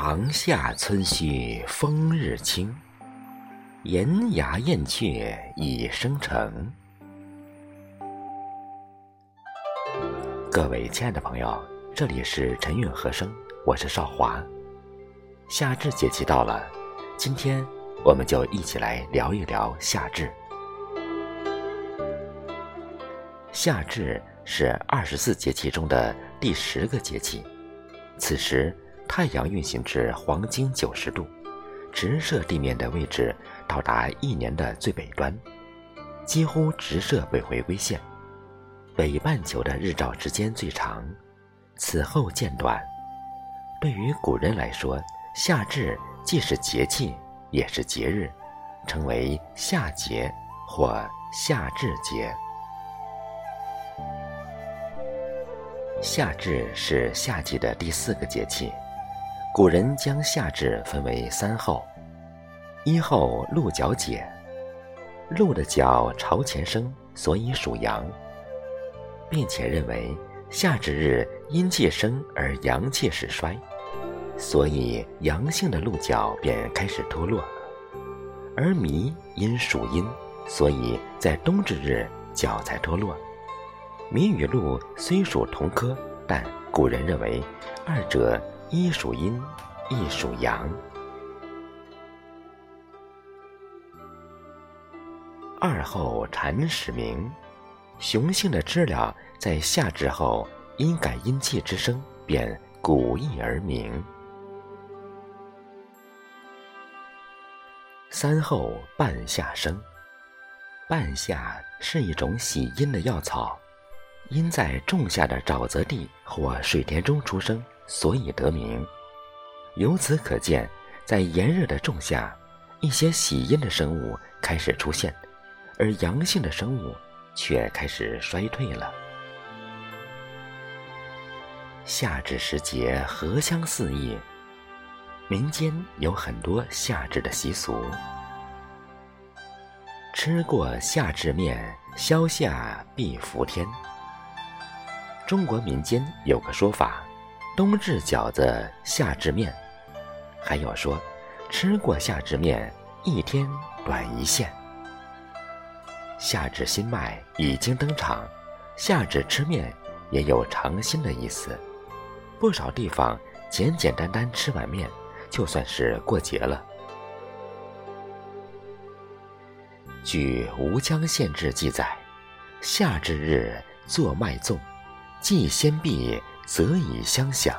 长夏村墟风日清，岩崖燕雀已生成。各位亲爱的朋友，这里是晨韵和声，我是少华。夏至节气到了，今天我们就一起来聊一聊夏至。夏至是24节气中的第10个节气，此时太阳运行至黄经90度，直射地面的位置到达一年的最北端，几乎直射北回归线。北半球的日照时间最长，此后渐短。对于古人来说，夏至既是节气也是节日，称为夏节或夏至节。夏至是夏季的第4个节气，古人将夏至分为3候。1候鹿角解，鹿的角朝前生，所以属阳，并且认为夏至日阴气生而阳气始衰，所以阳性的鹿角便开始脱落。而麋因属阴，所以在冬至日角才脱落。麋与鹿虽属同科，但古人认为二者一属阴，一属阳。2候蝉始鸣，雄性的知了在夏至后因感阴气之声，便鼓翼而鸣。3候半夏生，半夏是一种喜阴的药草，因在仲夏的沼泽地或水田中出生，所以得名。由此可见，在炎热的仲夏，一些喜阴的生物开始出现，而阳性的生物却开始衰退了。夏至时节荷香四溢，民间有很多夏至的习俗。吃过夏至面，消夏必福天。中国民间有个说法，冬至饺子夏至面，还有说吃过夏至面，一天短一线。夏至新麦已经登场，夏至吃面也有尝新的意思。不少地方简简单单吃碗面就算是过节了。据吴江县志记载，夏至日做麦粽，祭先毕，则以相享。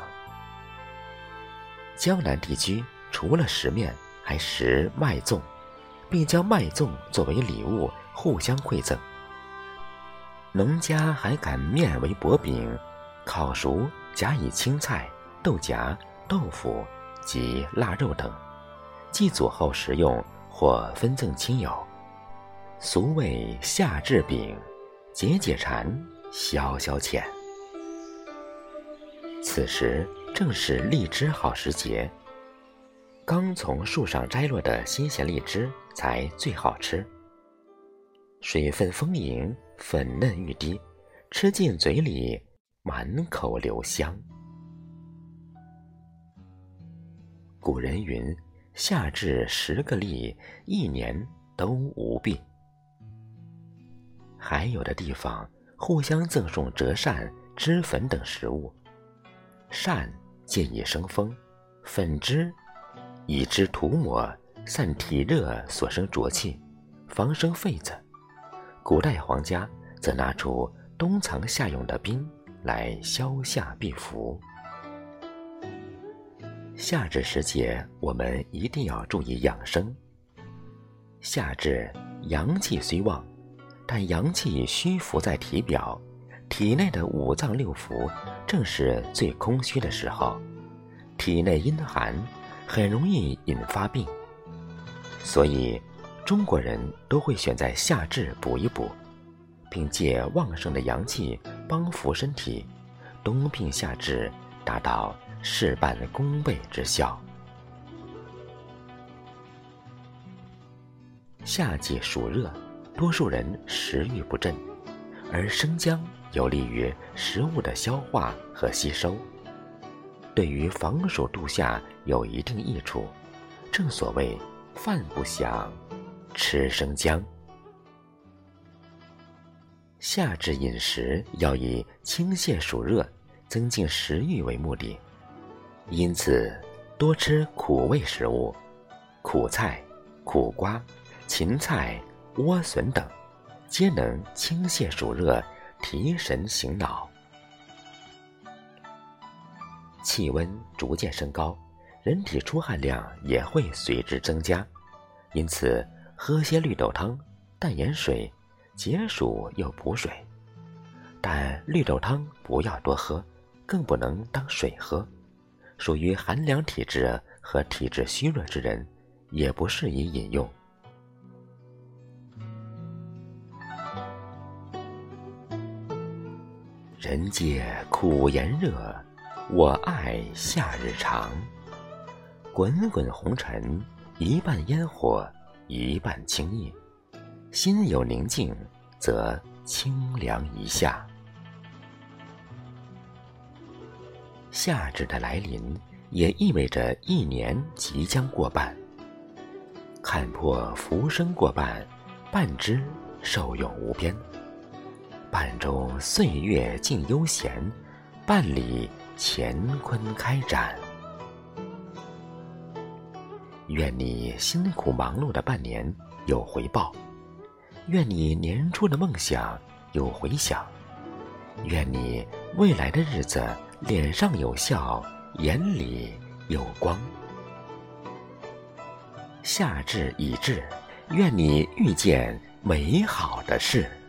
江南地区除了食面，还食麦粽，并将麦粽作为礼物互相馈赠。农家还擀面为薄饼，烤熟夹以青菜、豆荚、豆腐及腊肉等，祭祖后食用或分赠亲友。俗谓夏至饼，解解馋，消消遣。此时正是荔枝好时节，刚从树上摘落的新鲜荔枝才最好吃，水分丰盈，粉嫩欲滴，吃进嘴里满口留香。古人云，夏至10个荔，一年都无病。还有的地方互相赠送折扇、脂粉等食物，扇借以生风，粉汁以之涂抹，散体热所生浊气，防生痱子。古代皇家则拿出冬藏夏用的冰来消夏避伏。夏至时节，我们一定要注意养生。夏至阳气虽旺，但阳气虚浮在体表，体内的5脏6腑正是最空虚的时候，体内阴寒，很容易引发病。所以中国人都会选在夏至补一补，并借旺盛的阳气帮扶身体，冬病夏治，达到事半功倍之效。夏季暑热，多数人食欲不振，而生姜有利于食物的消化和吸收。 对于防暑度夏有一定益处。正所谓饭不想，吃生姜。夏至饮食要以清泻暑热、增进食欲为目的，因此多吃苦味食物，苦菜、苦瓜、芹菜、莴笋等，皆能清泻暑热、提神醒脑。气温逐渐升高，人体出汗量也会随之增加，因此喝些绿豆汤、淡盐水，解暑又补水。但绿豆汤不要多喝，更不能当水喝，属于寒凉体质和体质虚弱之人也不适宜饮用。人皆苦炎热，我爱夏日长。滚滚红尘，一半烟火，一半清意。心有宁静，则清凉一夏。夏至的来临，也意味着一年即将过半。看破浮生过半，半之受用无边。半中岁月静悠闲，半里乾坤开展。愿你辛苦忙碌的半年有回报，愿你年初的梦想有回响，愿你未来的日子脸上有笑，眼里有光。夏至已至，愿你遇见美好的事。